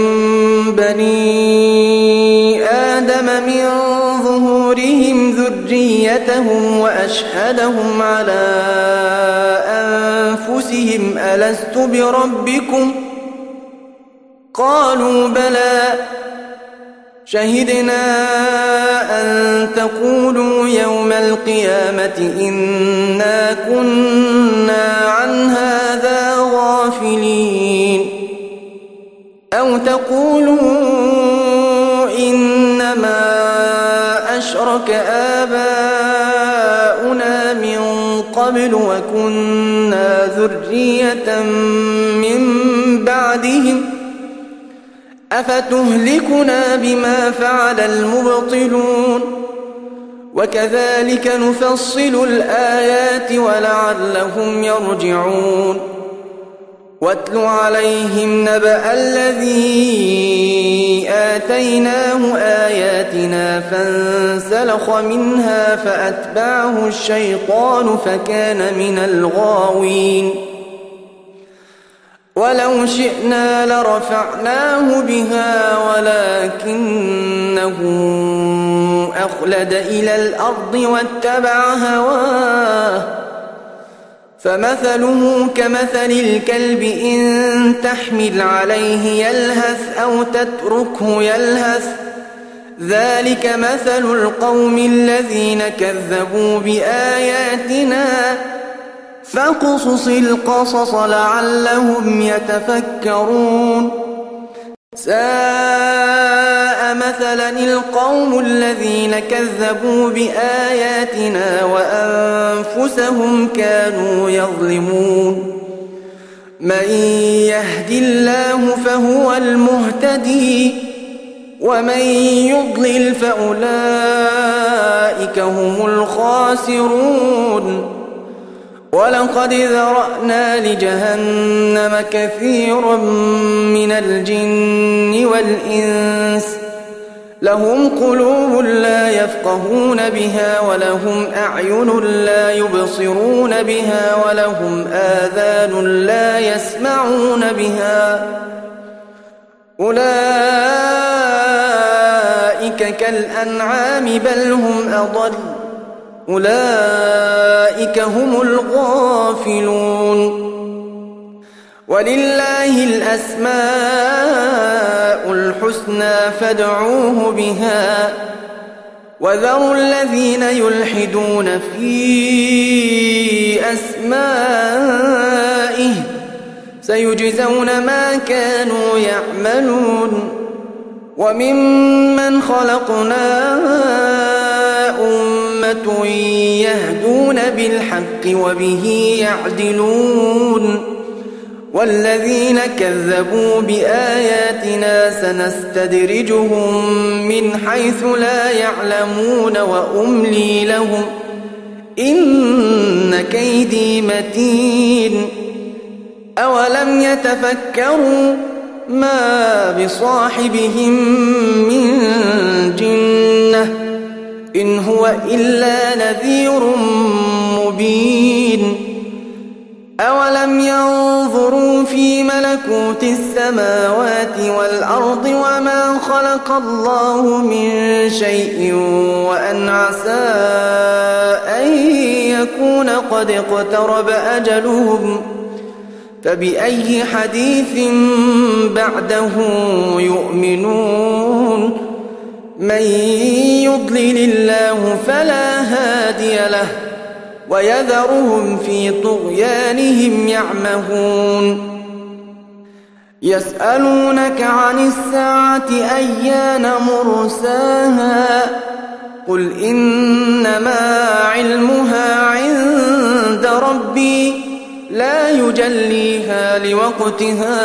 Speaker 1: بني آدم من ظهورهم ذريتهم وأشهدهم على أنفسهم ألست بربكم قالوا بلى شهدنا أن تقولوا يوم القيامة إنا كنا عن هذا غافلين أو تقولوا إنما أشرك آباؤنا من قبل وكنا ذرية من بعدهم أفتهلكنا بما فعل المبطلون وكذلك نفصل الآيات ولعلهم يرجعون واتل عليهم نبأ الذي آتيناه آياتنا فانسلخ منها فأتبعه الشيطان فكان من الغاوين ولو شئنا لرفعناه بها ولكنه أخلد إلى الأرض واتبع هواه فمثله كمثل الكلب إن تحمل عليه يلهث أو تتركه يلهث ذلك مثل القوم الذين كذبوا بآياتنا فاقصص القصص لعلهم يتفكرون ساء مثلا القوم الذين كذبوا بآياتنا وأنفسهم كانوا يظلمون من يهد الله فهو المهتدي ومن يضلل فأولئك هم الخاسرون ولقد ذرأنا لجهنم كثيرا من الجن والإنس لهم قلوب لا يفقهون بها ولهم أعين لا يبصرون بها ولهم آذان لا يسمعون بها أولئك كالأنعام بل هم أضل أولئك هم الغافلون ولله الأسماء الحسنى فادعوه بها وذروا الذين يلحدون في أسمائه سيجزون ما كانوا يعملون وممن خلقنا أمة يهدون بالحق وبه يعدلون والذين كذبوا بآياتنا سنستدرجهم من حيث لا يعلمون وأملي لهم إن كيدي متين أولم يتفكروا ما بصاحبهم من جنة إن هو إلا نذير مبين أولم ينظروا في ملكوت السماوات والأرض وما خلق الله من شيء وأن عسى أن يكون قد اقترب أجلهم فبأي حديث بعده يؤمنون من يضلل الله فلا هادي له ويذرهم في طغيانهم يعمهون يسألونك عن الساعة أيان مرساها قل إنما علمها عند ربي لا يجليها لوقتها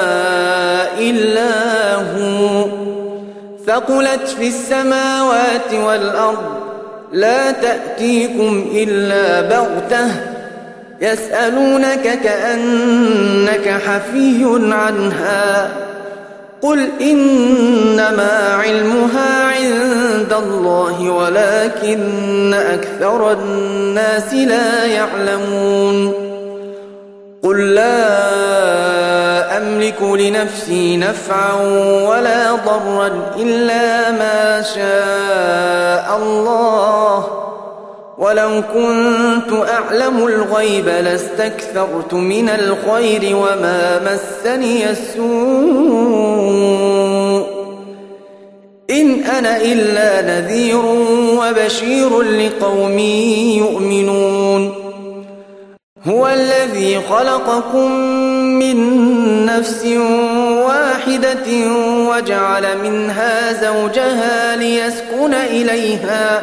Speaker 1: إلا هو ثقلت في السماوات والأرض لا تأتيكم إلا بغتة يسألونك كأنك حفي عنها قل إنما علمها عند الله ولكن أكثر الناس لا يعلمون قل لا أملك لنفسي نفعا ولا ضرا إلا ما شاء الله ولو كنت أعلم الغيب لاستكثرت من الخير وما مسني السوء إن أنا إلا نذير وبشير لقوم يؤمنون هو الذي خلقكم من نفس واحدة وجعل منها زوجها ليسكن إليها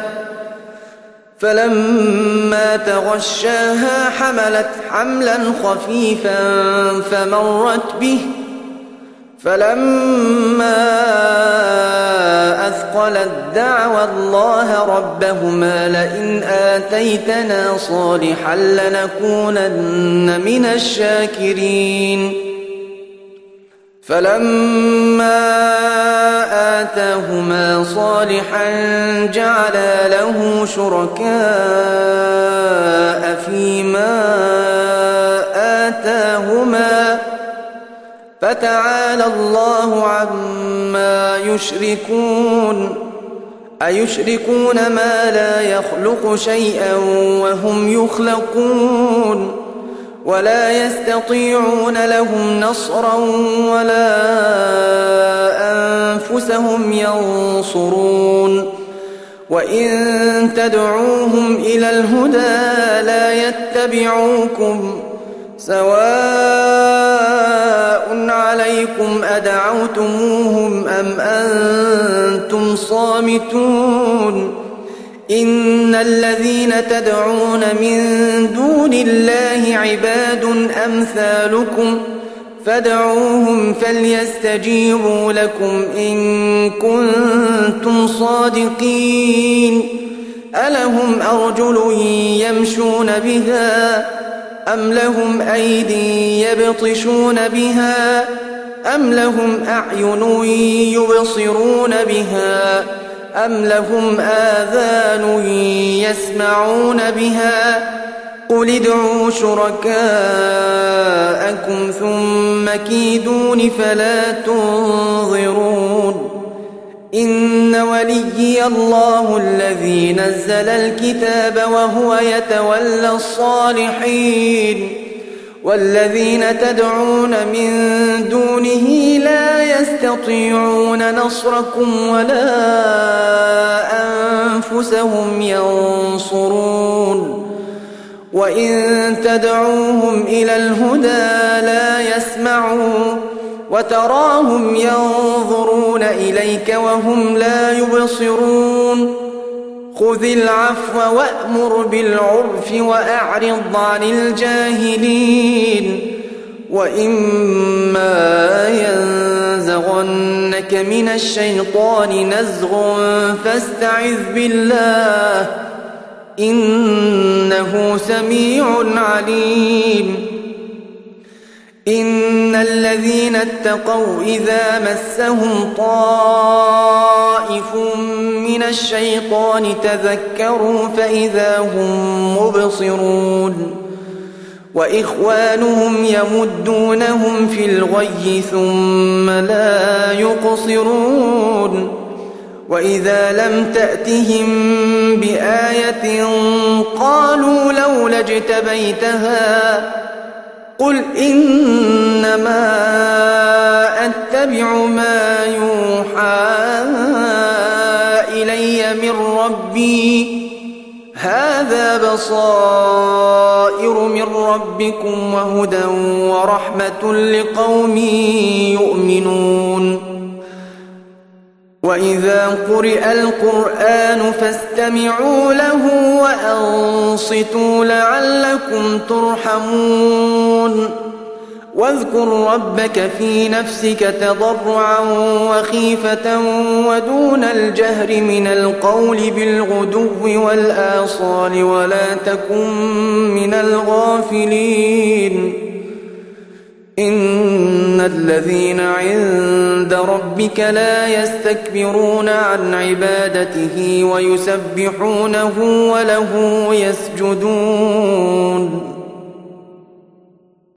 Speaker 1: فلما تغشاها حملت حملا خفيفا فلما أثقلت دعوا الله ربهما لئن آتيتنا صالحا لنكونن من الشاكرين فلما آتاهما صالحا جعلا له شركاء فيما آتاهما فتعالى الله عما يشركون أيشركون ما لا يخلق شيئا وهم يخلقون ولا يستطيعون لهم نصرا ولا أنفسهم ينصرون وإن تدعوهم إلى الهدى لا يتبعوكم سواء عليكم أدعوتموهم أم أنتم صامتون إن الذين تدعون من دون الله عباد أمثالكم فادعوهم فليستجيبوا لكم إن كنتم صادقين ألهم أرجل يمشون بها أم لهم أيدي يبطشون بها أم لهم أعين يبصرون بها أم لهم آذان يسمعون بها قل ادعوا شركاءكم ثم كيدون فلا تنظرون إن وليي الله الذي نزل الكتاب وهو يتولى الصالحين والذين تدعون من دونه لا يستطيعون نصركم ولا أنفسهم ينصرون وإن تدعوهم إلى الهدى لا يسمعون وتراهم ينظرون إليك وهم لا يبصرون خذ العفو وأمر بالعرف وأعرض عن الجاهلين وإما ينزغنك من الشيطان نزغ فاستعذ بالله إنه سميع عليم إن الذين اتقوا إذا مسهم طائف من الشيطان تذكروا فإذا هم مبصرون وإخوانهم يمدونهم في الغي ثم لا يقصرون وإذا لم تأتهم بآية قالوا لولا اجتبيتها قل إنما أتبع ما يوحى إلي من ربي هذا بصائر من ربكم وهدى ورحمة لقوم يؤمنون وإذا قرئ القرآن فاستمعوا له وأنصتوا لعلكم ترحمون واذكر ربك في نفسك تضرعا وخيفة ودون الجهر من القول بالغدو والآصال ولا تكن من الغافلين إن الذين عند ربك لا يستكبرون عن عبادته ويسبحونه وله يسجدون